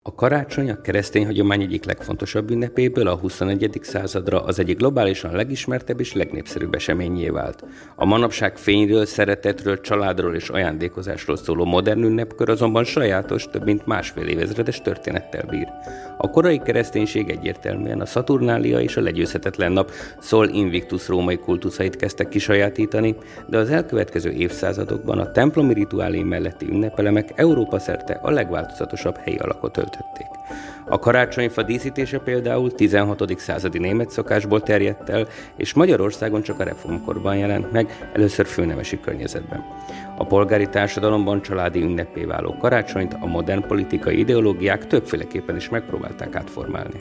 A karácsony a keresztény hagyomány egyik legfontosabb ünnepéből a 21. századra az egyik globálisan legismertebb és legnépszerűbb eseményé vált. A manapság fényről, szeretetről, családról és ajándékozásról szóló modern ünnepkör azonban sajátos, több mint másfél évezredes történettel bír. A korai kereszténység egyértelműen a Saturnália és a legyőzhetetlen nap Sol Invictus római kultuszait kezdte kisajátítani, de az elkövetkező évszázadokban a templomi rituálé melletti ünnepelemek Európa szerte a legváltozatosabb helyi alakot öltötték. A karácsonyfa díszítése például 16. századi német szokásból terjedt el, és Magyarországon csak a reformkorban jelent meg, először főnemesi környezetben. A polgári társadalomban családi ünnepé váló karácsonyt a modern politikai ideológiák többféleképpen is megpróbálták átformálni.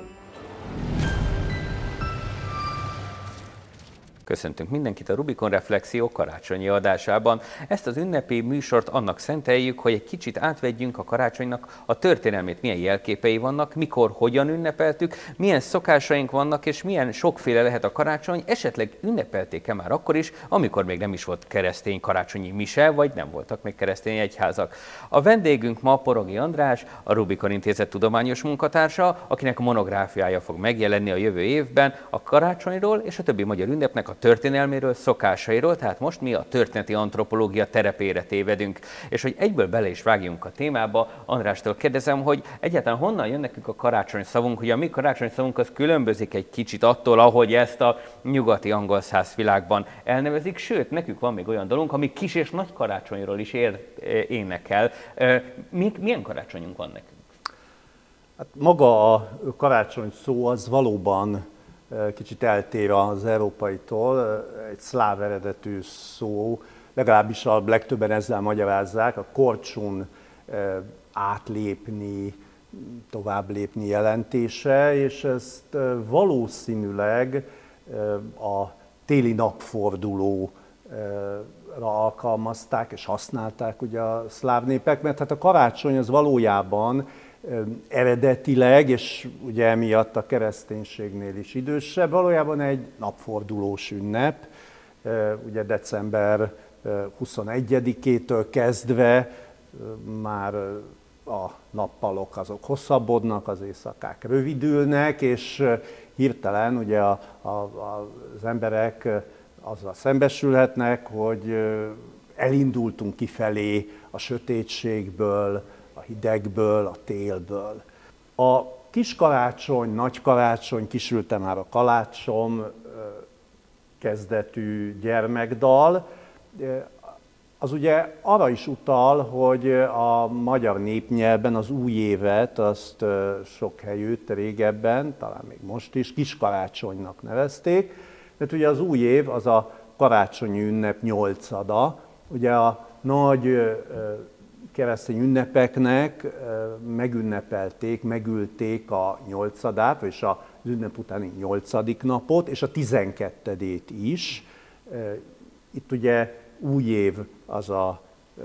Köszöntünk mindenkit a Rubikon Reflexió karácsonyi adásában. Ezt az ünnepi műsort annak szenteljük, hogy egy kicsit átvegyünk a karácsonynak a történelmét, milyen jelképei vannak, mikor, hogyan ünnepeltük, milyen szokásaink vannak, és milyen sokféle lehet a karácsony, esetleg ünnepelték-e már akkor is, amikor még nem is volt keresztény karácsonyi mise, vagy nem voltak még keresztény egyházak. A vendégünk ma Porogi András, a Rubikon Intézet tudományos munkatársa, akinek a monográfiája fog megjelenni a jövő évben a karácsonyról és a többi magyar ünnepnek a történelméről, szokásairól, tehát most mi a történeti antropológia terepére tévedünk. És hogy egyből bele is vágjunk a témába, Andrástól kérdezem, hogy egyáltalán honnan jön nekünk a karácsony szavunk, hogy a mi karácsony szavunk az különbözik egy kicsit attól, ahogy ezt a nyugati angol száz világban elnevezik, sőt, nekünk van még olyan dolunk, ami kis és nagy karácsonyról is énekel. Milyen karácsonyunk van nekünk? Hát maga a karácsony szó az valóban kicsit eltér az európaitól, egy szláv eredetű szó, legalábbis a legtöbben ezzel magyarázzák, a korcsun átlépni, tovább lépni jelentése, és ezt valószínűleg a téli napfordulóra alkalmazták és használták ugye a szláv népek, mert hát a karácsony az valójában eredetileg, és ugye emiatt a kereszténységnél is idősebb, valójában egy napfordulós ünnep, ugye december 21-től kezdve már a nappalok azok hosszabbodnak, az éjszakák rövidülnek, és hirtelen ugye az emberek azzal szembesülhetnek, hogy elindultunk kifelé a sötétségből, a hidegből, a télből. A kiskarácsony, nagykarácsony, kisülte már a kalácsom kezdetű gyermekdal, az ugye arra is utal, hogy a magyar népnyelvben az új évet, azt sok helyütt régebben, talán még most is, kiskarácsonynak nevezték, mert ugye az új év az a karácsonyi ünnep nyolcada, ugye a nagy keresztény ünnepeknek megünnepelték, megülték a nyolcadát, és az ünnep utáni 8. napot, és a 12-ét is. Itt ugye új év az a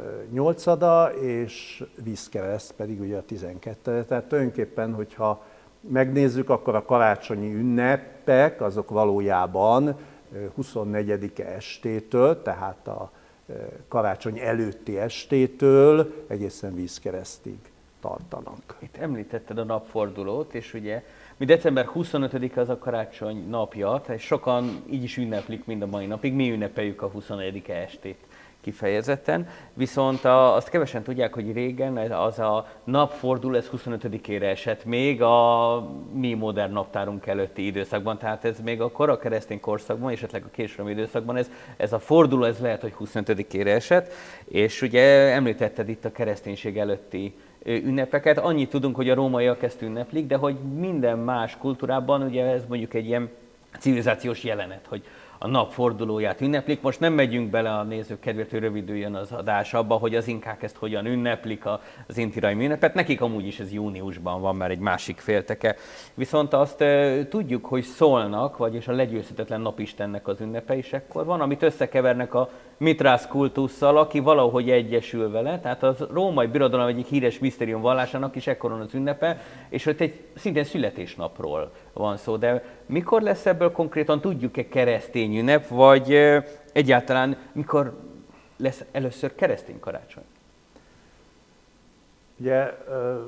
8. és vízkereszt pedig ugye a 12. Tehát tulajdonképpen, hogyha megnézzük, akkor a karácsonyi ünnepek azok valójában 24-e estétől, tehát a karácsony előtti estétől egészen vízkeresztig tartanak. Itt említetted a napfordulót, és ugye mi december 25-e az a karácsony napja, tehát sokan így is ünneplik mind a mai napig, mi ünnepeljük a 24-e estét kifejezetten, viszont azt kevesen tudják, hogy régen az a napforduló, ez 25-ére esett még a mi modern naptárunk előtti időszakban, tehát ez még a kora keresztény korszakban, esetleg a későbbi időszakban ez a forduló, ez lehet, hogy 25-ére esett, és ugye említetted itt a kereszténység előtti ünnepeket, annyit tudunk, hogy a rómaiak ezt ünneplik, de hogy minden más kultúrában ugye ez mondjuk egy ilyen civilizációs jelenet, hogy a nap fordulóját ünneplik. Most nem megyünk bele a nézők kedvéért, hogy rövidüljön az adás abba, hogy az inkák ezt hogyan ünneplik, az inti-rajmi ünnepet. Nekik amúgy is ez júniusban van, már egy másik félteke. Viszont azt tudjuk, hogy Szolnak, vagyis a legyőzhetetlen napistennek az ünnepe is ekkor van, amit összekevernek a Mitrász kultusszal, aki valahogy egyesül vele. Tehát a római birodalom egyik híres misztérium vallásának is ekkoron az ünnepe, és ott egy szintén születésnapról van szó. De mikor lesz ebből konkrétan, tudjuk-e keresztény ünnep, vagy egyáltalán mikor lesz először keresztény karácsony? Ugye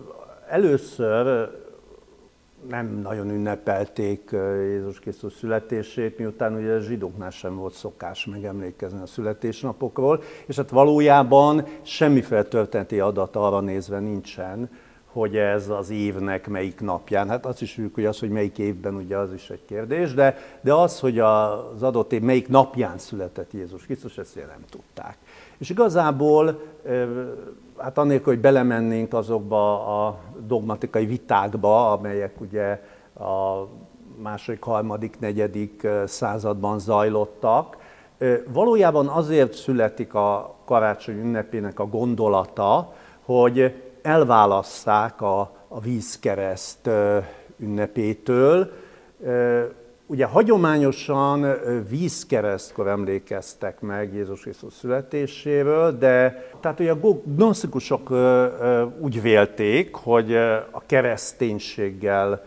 először nem nagyon ünnepelték Jézus Krisztus születését, miután ugye a zsidóknál sem volt szokás megemlékezni a születésnapokról, és hát valójában semmiféle történeti adat arra nézve nincsen, hogy ez az évnek melyik napján. Hát azt is tudjuk, hogy az, hogy melyik évben, ugye az is egy kérdés, de az, hogy az adott év melyik napján született Jézus Krisztus, ezt nem tudták. És igazából, hát annélkül, hogy belemennénk azokba a dogmatikai vitákba, amelyek ugye a második, harmadik, negyedik században zajlottak, valójában azért születik a karácsony ünnepének a gondolata, hogy elválasszák a vízkereszt ünnepétől. Ugye hagyományosan vízkeresztkor emlékeztek meg Jézus Krisztus születéséről, de tehát ugye a gnosztikusok úgy vélték, hogy a kereszténységgel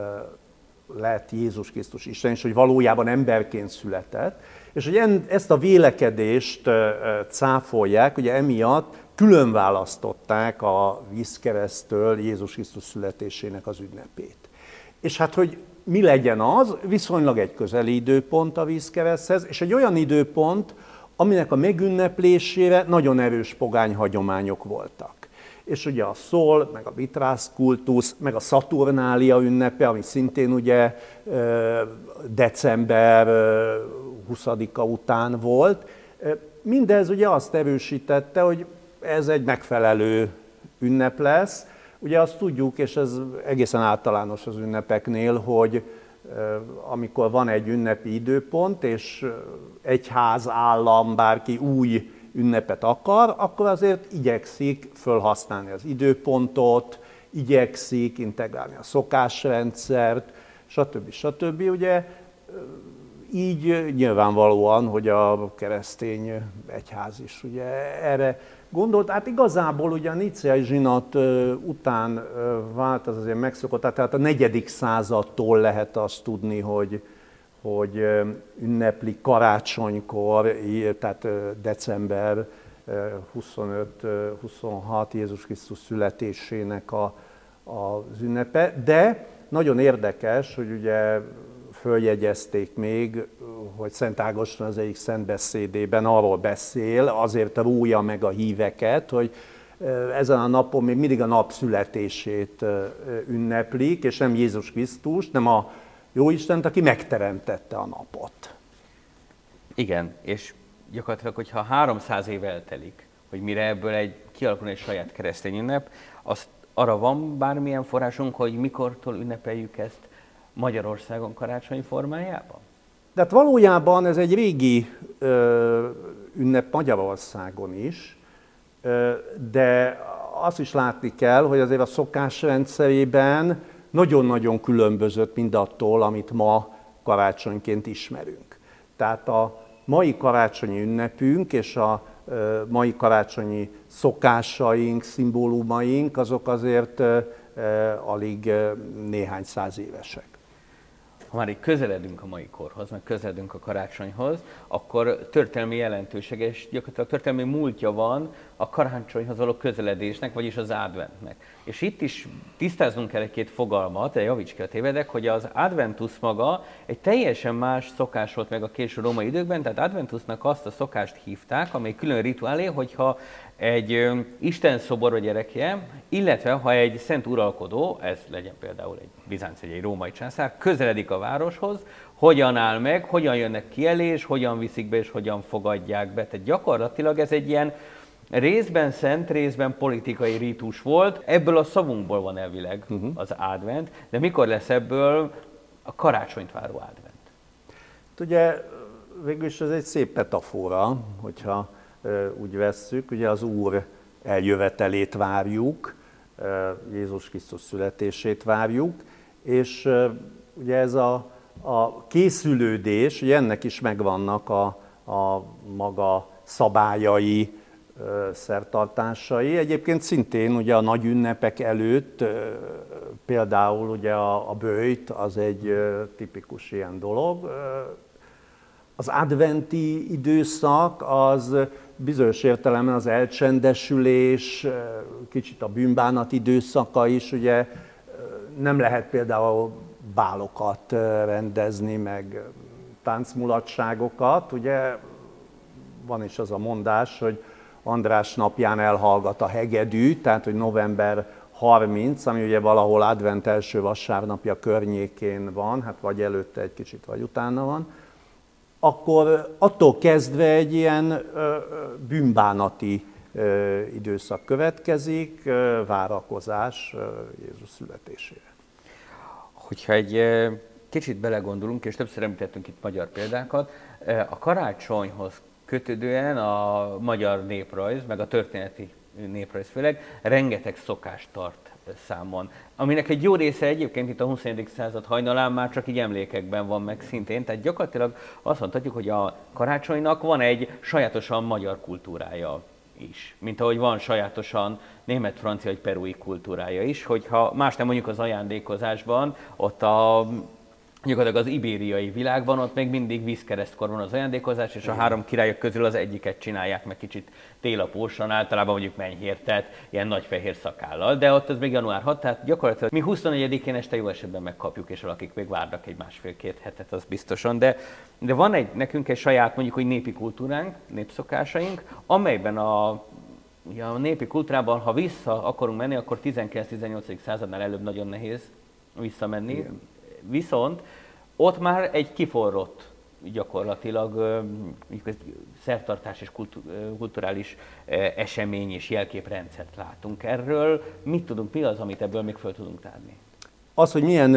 lett Jézus Krisztus Isten, és hogy valójában emberként született, és hogy ezt a vélekedést cáfolják, ugye emiatt külön választották a vízkereszttől Jézus Krisztus születésének az ünnepét. És hát, hogy mi legyen az, viszonylag egy közeli időpont a vízkereszthez, és egy olyan időpont, aminek a megünneplésére nagyon erős pogány hagyományok voltak. És ugye a szol, meg a vitrász kultusz, meg a Szaturnália ünnepe, ami szintén ugye december 20-a után volt, mindez ugye azt erősítette, hogy ez egy megfelelő ünnep lesz. Ugye azt tudjuk, és ez egészen általános az ünnepeknél, hogy amikor van egy ünnepi időpont, és egyház, állam, bárki új ünnepet akar, akkor azért igyekszik fölhasználni az időpontot, igyekszik integrálni a szokásrendszert, stb. Ugye így nyilvánvalóan, hogy a keresztény egyház is ugye erre gondolt. Hát igazából ugye a nicéai zsinat után vált az azért megszokott, tehát a 4. századtól lehet azt tudni, hogy ünnepli karácsonykor, tehát december 25-26 Jézus Krisztus születésének az ünnepe, de nagyon érdekes, hogy ugye följegyezték még, hogy Szent Ágoston az egyik szent beszédében arról beszél, azért rója meg a híveket, hogy ezen a napon még mindig a nap születését ünneplik, és nem Jézus Krisztus, nem a Jóistent, aki megteremtette a napot. Igen, és gyakorlatilag, hogyha 300 év eltelik, hogy mire ebből kialakul egy saját keresztény ünnep, arra van bármilyen forrásunk, hogy mikortól ünnepeljük ezt Magyarországon karácsonyi formájában? De hát valójában ez egy régi ünnep Magyarországon is, de azt is látni kell, hogy azért a szokásrendszerében nagyon-nagyon különbözött mindattól, amit ma karácsonyként ismerünk. Tehát a mai karácsonyi ünnepünk és a mai karácsonyi szokásaink, szimbólumaink, azok azért alig néhány száz évesek. Ha már így közeledünk a mai korhoz, meg közeledünk a karácsonyhoz, akkor történelmi jelentősége és gyakorlatilag történelmi múltja van a karácsonyhoz való közeledésnek, vagyis az adventnek. És itt is tisztáznunk kell egy-két fogalmat, de javíts ki, ha tévedek, hogy az adventus maga egy teljesen más szokás volt meg a késő római időkben, tehát adventusnak azt a szokást hívták, amely külön rituálé, hogyha egy Isten szobor vagy erekje, illetve ha egy szent uralkodó, ez legyen például egy bizánci vagy egy római császár, közeledik a városhoz, hogyan áll meg, hogyan jönnek ki elé, és hogyan viszik be, és hogyan fogadják be. Tehát gyakorlatilag ez egy ilyen részben szent, részben politikai rítus volt. Ebből a szavunkból van elvileg az advent, de mikor lesz ebből a karácsonyt váró advent? Ugye végülis ez egy szép metafora, hogyha úgy vesszük, ugye az Úr eljövetelét várjuk, Jézus Krisztus születését várjuk, és ugye ez a készülődés, ugye ennek is megvannak a maga szabályai, szertartásai. Egyébként szintén ugye a nagy ünnepek előtt, például ugye a böjt az egy tipikus ilyen dolog. Az adventi időszak az bizonyos értelemben az elcsendesülés, kicsit a bűnbánat időszaka is, ugye nem lehet például bálokat rendezni, meg táncmulatságokat, ugye van is az a mondás, hogy András napján elhallgat a hegedű, tehát hogy november 30, ami ugye valahol advent első vasárnapja környékén van, hát vagy előtte egy kicsit, vagy utána van, akkor attól kezdve egy ilyen bűnbánati időszak következik, várakozás Jézus születésére. Hogyha egy kicsit belegondolunk, és többször említettünk itt magyar példákat, a karácsonyhoz kötődően a magyar néprajz, meg a történeti néprajz főleg, rengeteg szokást tart számon. Aminek egy jó része egyébként itt a 21. század hajnalán már csak így emlékekben van meg szintén, tehát gyakorlatilag azt mondhatjuk, hogy a karácsonynak van egy sajátosan magyar kultúrája is, mint ahogy van sajátosan német, francia vagy perui kultúrája is, hogyha más nem mondjuk az ajándékozásban, ott gyakorlatilag az ibériai világban ott még mindig vízkeresztkor van az ajándékozás, és a három királyok közül az egyiket csinálják meg kicsit télapósan, általában mondjuk mennyhértet, ilyen nagy fehér szakállal, de ott ez még január 6, tehát gyakorlatilag mi 24-én este jó esetben megkapjuk, és valakik még várnak egy másfél-két hetet, az biztosan, de van nekünk egy saját mondjuk, hogy népi kultúránk, népszokásaink, amelyben a népi kultúrában, ha vissza akarunk menni, akkor 19-18. századnál előbb nagyon nehéz visszamenni. Igen. Viszont ott már egy kiforrott gyakorlatilag szertartás és kulturális esemény és jelképrendszert látunk. Erről mit tudunk, mi az, amit ebből még föl tudunk tárni? Az, hogy milyen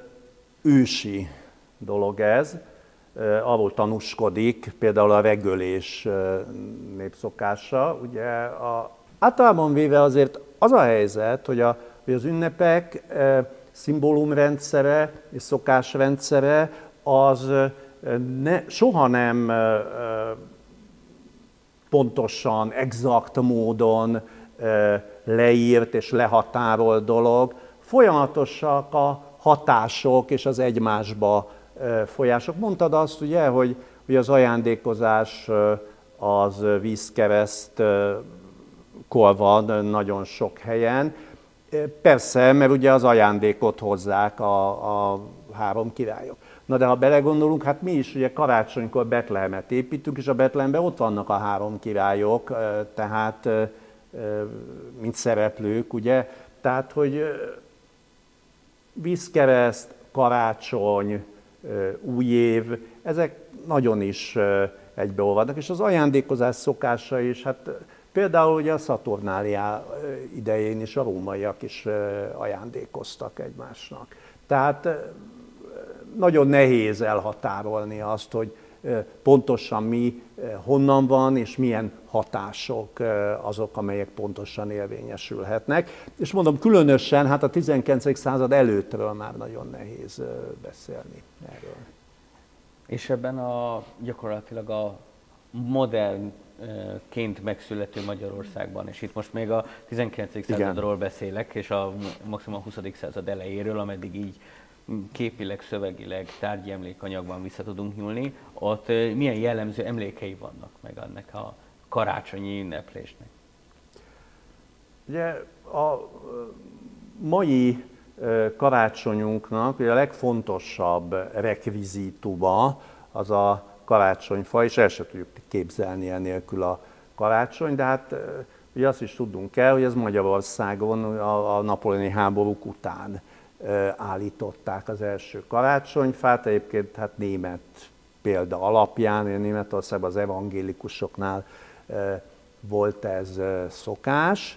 ősi dolog ez, arról tanúskodik például a reggelés népszokása. Ugye általában véve azért az a helyzet, hogy az ünnepek szimbólumrendszere és szokásrendszere az soha nem pontosan, exakt módon leírt és lehatárolt dolog. Folyamatosak a hatások és az egymásba folyások. Mondtad azt, ugye, hogy az ajándékozás az vízkeresztkor van nagyon sok helyen. Persze, mert ugye az ajándékot hozzák a három királyok. Na de ha belegondolunk, hát mi is ugye karácsonykor Betlehemet építünk, és a Betlehemben ott vannak a három királyok, tehát mint szereplők, ugye. Tehát, hogy vízkereszt, karácsony, új év, ezek nagyon is egybeolvadnak, és az ajándékozás szokása is, hát például ugye a Szaturnália idején is a rómaiak is ajándékoztak egymásnak. Tehát nagyon nehéz elhatárolni azt, hogy pontosan mi honnan van, és milyen hatások azok, amelyek pontosan érvényesülhetnek. És mondom, különösen hát a 19. század előttről már nagyon nehéz beszélni erről. És ebben gyakorlatilag a modernként megszülető Magyarországban, és itt most még a 19. századról beszélek, és a maximum 20. század elejéről, ameddig így képileg, szövegileg, tárgyi emlékanyagban vissza tudunk nyúlni, ott milyen jellemző emlékei vannak meg ennek a karácsonyi ünneplésnek? Ugye a mai karácsonyunknak ugye a legfontosabb rekvizítuma az a karácsonyfa, és el sem tudjuk képzelni enélkül a karácsony, de hát ugye azt is tudnunk kell, hogy ez Magyarországon a napóleoni háborúk után állították az első karácsonyfát, egyébként hát német példa alapján, Németországban az evangélikusoknál volt ez szokás.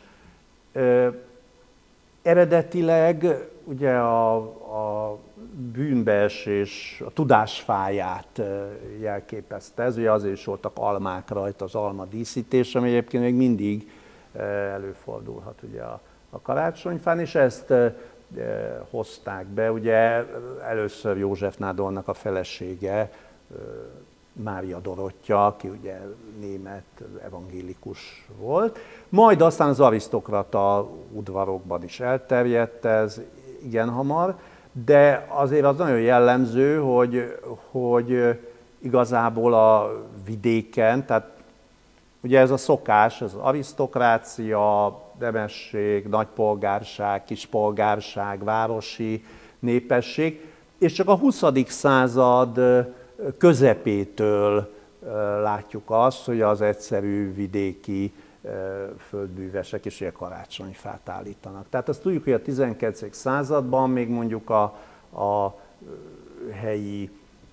Eredetileg ugye a bűnbeesés, a tudásfáját jelképezte ez, ugye azért is voltak almák rajta, az alma díszítés, ami egyébként még mindig előfordulhat ugye a karácsonyfán, és ezt hozták be, ugye először József nádornak a felesége, Mária Dorottya, aki ugye német evangélikus volt, majd aztán az arisztokrata udvarokban is elterjedt ez igen hamar, de azért az nagyon jellemző, hogy igazából a vidéken, tehát ugye ez a szokás, ez az arisztokrácia, nemesség, nagypolgárság, kispolgárság, városi népesség, és csak a 20. század közepétől látjuk azt, hogy az egyszerű vidéki földművesek is ilyen karácsonyfát állítanak. Tehát azt tudjuk, hogy a 19. században még mondjuk a helyi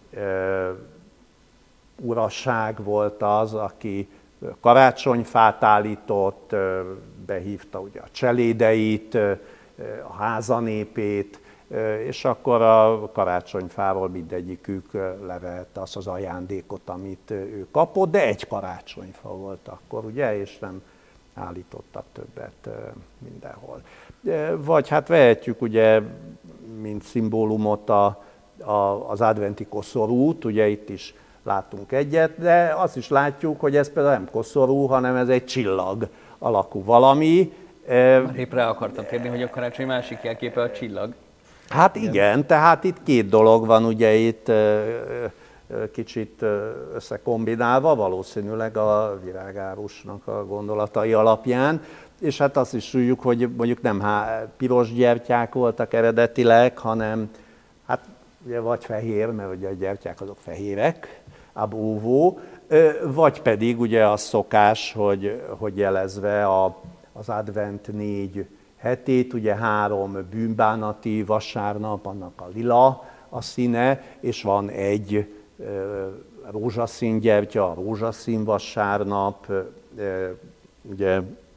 uraság volt az, aki karácsonyfát állított, behívta ugye a cselédeit, a házanépét, és akkor a karácsonyfáról mindegyikük levelte azt az ajándékot, amit ő kapott, de egy karácsonyfa volt akkor, ugye, és nem állítottak többet mindenhol. Vagy hát vehetjük ugye, mint szimbólumot az adventi koszorút, ugye itt is látunk egyet, de azt is látjuk, hogy ez például nem koszorú, hanem ez egy csillag alakú valami. Épp rá akartam térni, hogy a karácsony másik jelképe a csillag. Hát igen, tehát itt két dolog van ugye itt kicsit összekombinálva, valószínűleg a virágárusnak a gondolatai alapján, és hát azt is tudjuk, hogy mondjuk nem piros gyertyák voltak eredetileg, hanem hát ugye vagy fehér, mert ugye a gyertyák azok fehérek, ab óvó, vagy pedig ugye a szokás, hogy jelezve az advent 4 hetét, ugye 3 bűnbánati vasárnap, annak a lila a színe, és van egy rózsaszín gyertya, a rózsaszín vasárnap, ugye,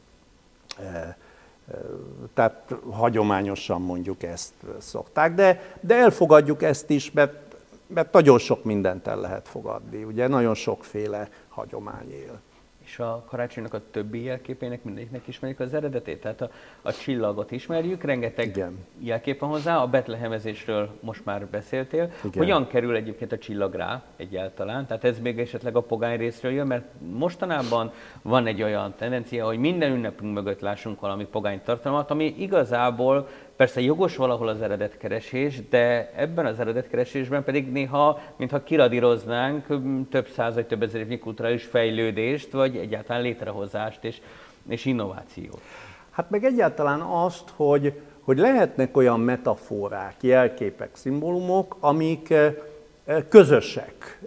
tehát hagyományosan mondjuk ezt szokták, de elfogadjuk ezt is, mert nagyon sok mindent el lehet fogadni, ugye nagyon sokféle hagyomány él. És a karácsonynak a többi jelképének mindegyiknek ismerjük az eredetét, tehát a csillagot ismerjük, rengeteg jelkép van hozzá, a betlehemezésről most már beszéltél. Igen. Hogyan kerül egyébként a csillag rá egyáltalán? Tehát ez még esetleg a pogány részről jön, mert mostanában van egy olyan tendencia, hogy minden ünnepünk mögött lássunk valami pogány tartalmat, ami igazából persze jogos valahol az eredetkeresés, de ebben az eredetkeresésben pedig néha, mintha kiradíroznánk több száz vagy több ezer évnyi kulturális fejlődést, vagy egyáltalán létrehozást és innovációt. Hát meg egyáltalán azt, hogy lehetnek olyan metaforák, jelképek, szimbólumok, amik közösek,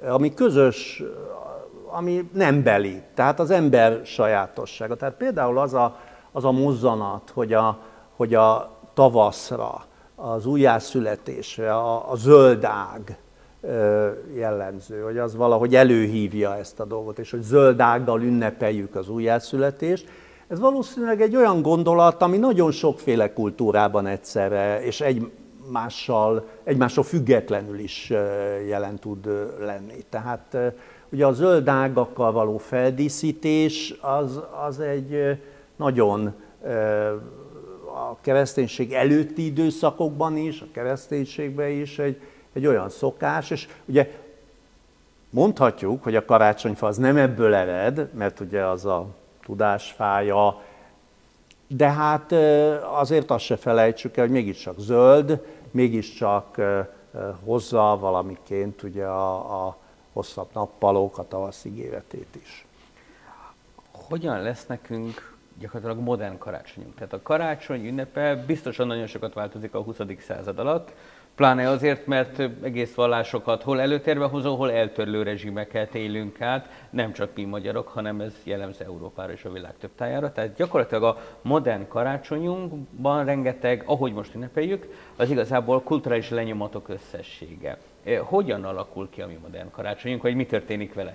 ami nem beli, tehát az ember sajátossága. Tehát például az a mozzanat, hogy a tavaszra, az újjászületésre, a zöld ág jellemző, hogy az valahogy előhívja ezt a dolgot, és hogy zöld ággal ünnepeljük az újjászületést. Ez valószínűleg egy olyan gondolat, ami nagyon sokféle kultúrában egyszerre, és egymással függetlenül is jelen tud lenni. Tehát ugye a zöld ágakkal való feldíszítés az egy nagyon a kereszténység előtti időszakokban is, a kereszténységben is egy olyan szokás, és ugye mondhatjuk, hogy a karácsonyfa az nem ebből ered, mert ugye az a tudásfája, de hát azért azt se felejtsük el, hogy mégiscsak zöld, mégiscsak hozza valamiként ugye a hosszabb nappalok, a tavasz ígéretét is. Hogyan lesz nekünk gyakorlatilag modern karácsonyunk? Tehát a karácsony ünnepe biztosan nagyon sokat változik a 20. század alatt, pláne azért, mert egész vallásokat hol előtérbe hozó, hol eltörlő rezsimeket élünk át, nem csak mi magyarok, hanem ez jellemző Európára és a világ több tájára. Tehát gyakorlatilag a modern karácsonyunkban rengeteg, ahogy most ünnepeljük, az igazából kulturális lenyomatok összessége. Hogyan alakul ki a mi modern karácsonyunk, vagy mi történik vele?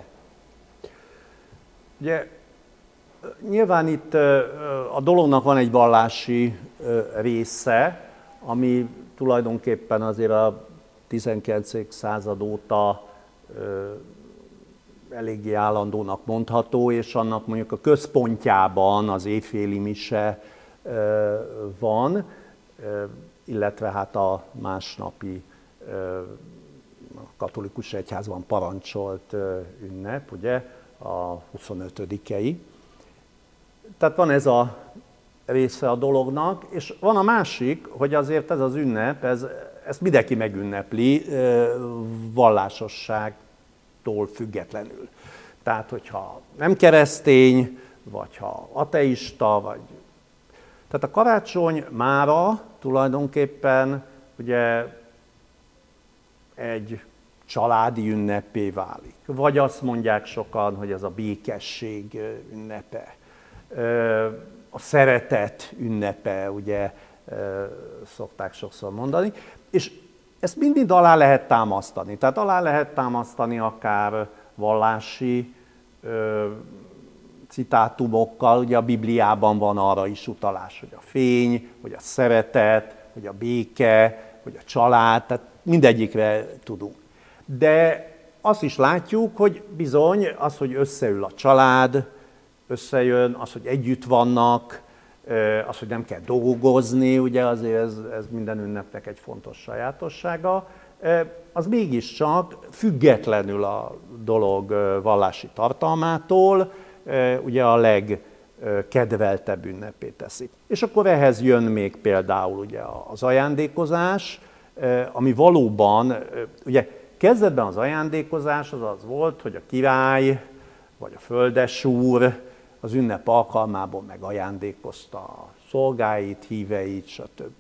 Ugye, nyilván itt a dolognak van egy vallási része, ami tulajdonképpen azért a 19. század óta eléggé állandónak mondható, és annak mondjuk a központjában az éjféli mise van, illetve hát a másnapi katolikus egyházban parancsolt ünnep, ugye, a 25-ei. Tehát van ez a része a dolognak, és van a másik, hogy azért ez az ünnep, ezt mindenki megünnepli vallásosság vallástól függetlenül. Tehát, hogyha nem keresztény, vagy ha ateista, vagy... Tehát a karácsony mára tulajdonképpen ugye egy családi ünnepé válik. Vagy azt mondják sokan, hogy ez a békesség ünnepe, a szeretet ünnepe, ugye szokták sokszor mondani. És ezt mind alá lehet támasztani. Tehát alá lehet támasztani akár vallási citátumokkal, ugye a Bibliában van arra is utalás, hogy a fény, hogy a szeretet, hogy a béke, hogy a család, tehát mindegyikre tudunk. De azt is látjuk, hogy bizony az, hogy összeül a család, összejön, az, hogy együtt vannak, az, hogy nem kell dolgozni, ugye azért ez minden ünnepnek egy fontos sajátossága, az mégiscsak függetlenül a dolog vallási tartalmától, ugye a legkedveltebb ünnepé teszi. És akkor ehhez jön még például ugye az ajándékozás, ami valóban, ugye kezdetben az ajándékozás az az volt, hogy a király vagy a földesúr az ünnep alkalmából megajándékozta a szolgáit, híveit, stb.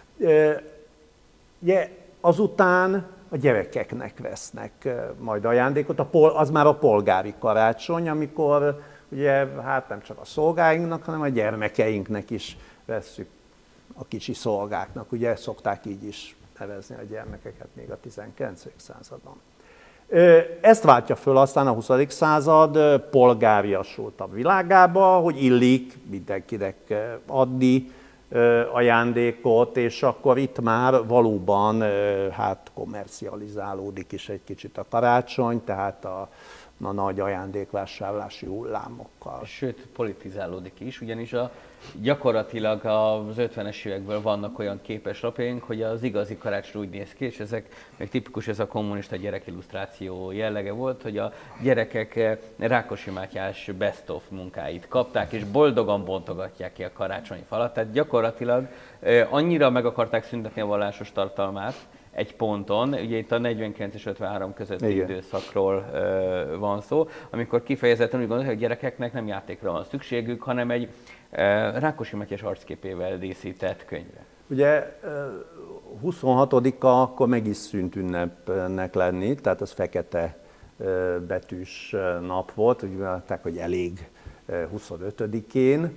Ugye azután a gyerekeknek vesznek majd ajándékot, az már a polgári karácsony, amikor ugye hát nem csak a szolgáinknak, hanem a gyermekeinknek is vesszük, a kicsi szolgáknak, ugye szokták így is nevezni a gyermekeket még a 19. században. Ezt váltja föl aztán a 20. század polgáriasultabb világába, hogy illik mindenkinek adni ajándékot, és akkor itt már valóban hát kommercializálódik is egy kicsit a karácsony, tehát a nagy ajándékvásárlási hullámokkal. Sőt, politizálódik is, ugyanis gyakorlatilag az 50-es évekből vannak olyan képeslapjaink, hogy az igazi karácsony úgy néz ki, és ezek még tipikus, ez a kommunista gyerekillusztráció jellege volt, hogy a gyerekek Rákosi Mátyás best of munkáit kapták, és boldogan bontogatják ki a karácsonyi falat. Tehát gyakorlatilag annyira meg akarták szüntetni a vallásos tartalmát, egy ponton, ugye itt a 49 és 53 közötti időszakról van szó, amikor kifejezetten úgy gondolják, hogy a gyerekeknek nem játékra van szükségük, hanem egy Rákosi Mátyás arcképével díszített könyvre. Ugye 26-a akkor meg is szűnt ünnepnek lenni, tehát az fekete betűs nap volt, úgy mondták, hogy elég 25-én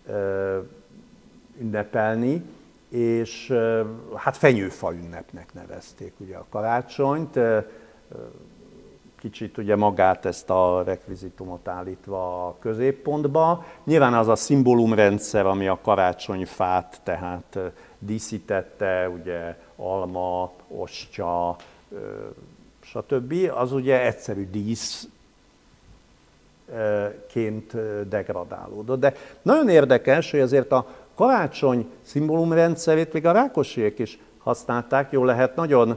ünnepelni, és hát fenyőfa ünnepnek nevezték ugye a karácsonyt, kicsit ugye magát ezt a rekvizitumot állítva a középpontba. Nyilván az a szimbólumrendszer, ami a karácsonyfát tehát díszítette, ugye alma, ostya, stb., az ugye egyszerű díszként degradálódott. De nagyon érdekes, hogy azért a karácsony szimbólumrendszerét még a rákosiek is használták, jól lehet nagyon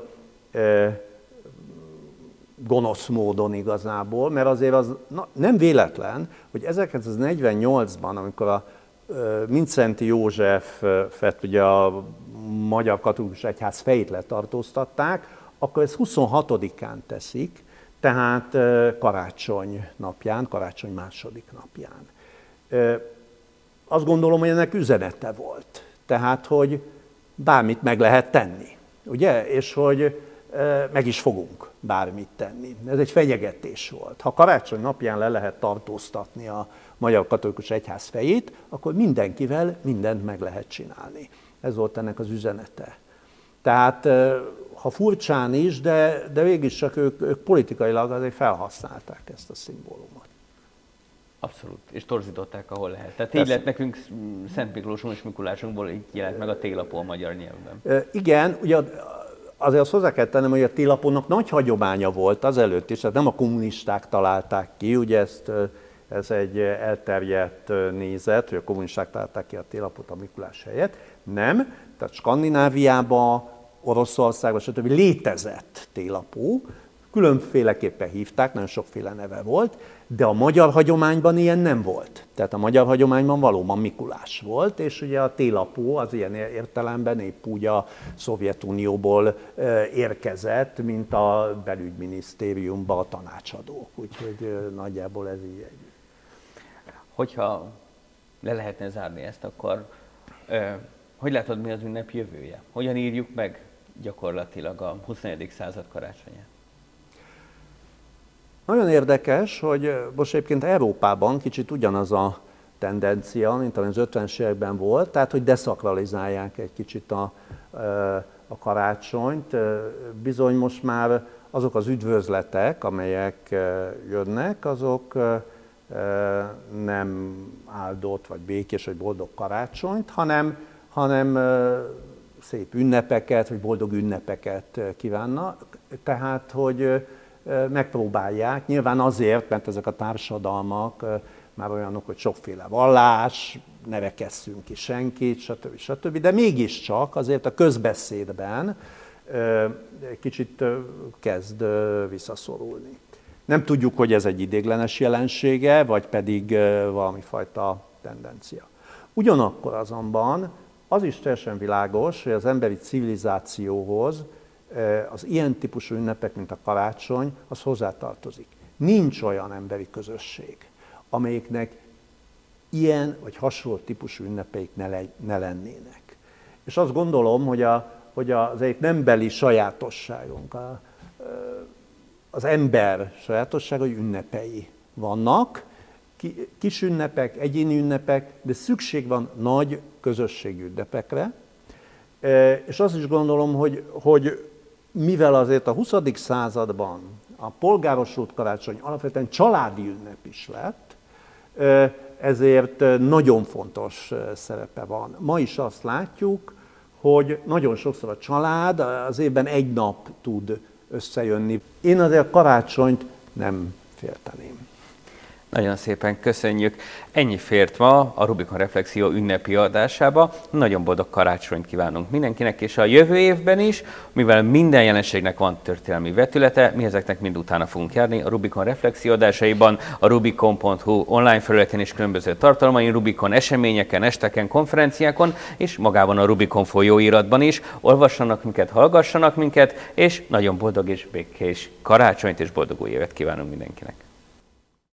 gonosz módon igazából, mert azért az nem véletlen, hogy 1948-ban, amikor a Mindszenty Józsefet, ugye a Magyar Katolikus Egyház fejét letartóztatták, akkor ezt 26-án teszik, tehát karácsony napján, karácsony második napján. Azt gondolom, hogy ennek üzenete volt. Tehát, hogy bármit meg lehet tenni, ugye? És hogy meg is fogunk bármit tenni. Ez egy fenyegetés volt. Ha karácsony napján le lehet tartóztatni a Magyar Katolikus Egyház fejét, akkor mindenkivel mindent meg lehet csinálni. Ez volt ennek az üzenete. Tehát, ha furcsán is, de végig csak ők politikailag azért felhasználták ezt a szimbólumot. Abszolút, és torzították, ahol lehet. Tehát így lett nekünk Szent Miklóson és Mikulásunkból így jelent meg a télapó a magyar nyelvben. Igen, ugye azért azt hozzá kell tennem, hogy a télapónak nagy hagyománya volt azelőtt is, tehát nem a kommunisták találták ki, ugye ez egy elterjedt nézet, hogy a kommunisták találták ki a télapót a Mikulás helyett. Nem, tehát Skandináviában, Oroszországban, stb. Létezett télapó, Különféleképpen hívták, nagyon sokféle neve volt, de a magyar hagyományban ilyen nem volt. Tehát a magyar hagyományban valóban Mikulás volt, és ugye a télapó az ilyen értelemben épp úgy a Szovjetunióból érkezett, mint a belügyminisztériumba a tanácsadók. Úgyhogy nagyjából ez így. Hogyha le lehetne zárni ezt, akkor hogy látod, mi az ünnep jövője? Hogyan írjuk meg gyakorlatilag a 21. század karácsonyát? Nagyon érdekes, hogy most egyébként Európában kicsit ugyanaz a tendencia, mint ami az 50-es években volt, tehát hogy deszakralizálják egy kicsit a karácsonyt. Bizony most már azok az üdvözletek, amelyek jönnek, azok nem áldott, vagy békés, vagy boldog karácsonyt, hanem szép ünnepeket, vagy boldog ünnepeket kívánnak. Tehát, hogy megpróbálják, nyilván azért, mert ezek a társadalmak már olyanok, hogy sokféle vallás, ne rekesszünk ki senkit, stb. De mégiscsak azért a közbeszédben kicsit kezd visszaszorulni. Nem tudjuk, hogy ez egy ideiglenes jelensége, vagy pedig valami fajta tendencia. Ugyanakkor azonban az is teljesen világos, hogy az emberi civilizációhoz az ilyen típusú ünnepek, mint a karácsony, az hozzátartozik. Nincs olyan emberi közösség, amelyiknek ilyen vagy hasonló típusú ünnepeik ne lennének. És azt gondolom, hogy az egyik nembeli sajátosságunk, az ember sajátossága, hogy ünnepei vannak, kis ünnepek, egyéni ünnepek, de szükség van nagy közösségű ünnepekre. És azt is gondolom, hogy mivel azért a 20. században a polgárosult karácsony alapvetően családi ünnep is lett, ezért nagyon fontos szerepe van. Ma is azt látjuk, hogy nagyon sokszor a család az évben egy nap tud összejönni. Én azért a karácsonyt nem félteném. Nagyon szépen köszönjük. Ennyi fért ma a Rubikon Reflexió ünnepi adásába. Nagyon boldog karácsonyt kívánunk mindenkinek, és a jövő évben is, mivel minden jelenségnek van történelmi vetülete, mi ezeknek mind utána fogunk járni a Rubikon Reflexió adásaiban, a rubikon.hu online felületen és különböző tartalmain, Rubikon eseményeken, esteken, konferenciákon, és magában a Rubikon folyóiratban is. Olvassanak minket, hallgassanak minket, és nagyon boldog és békés karácsonyt és boldog új évet kívánunk mindenkinek.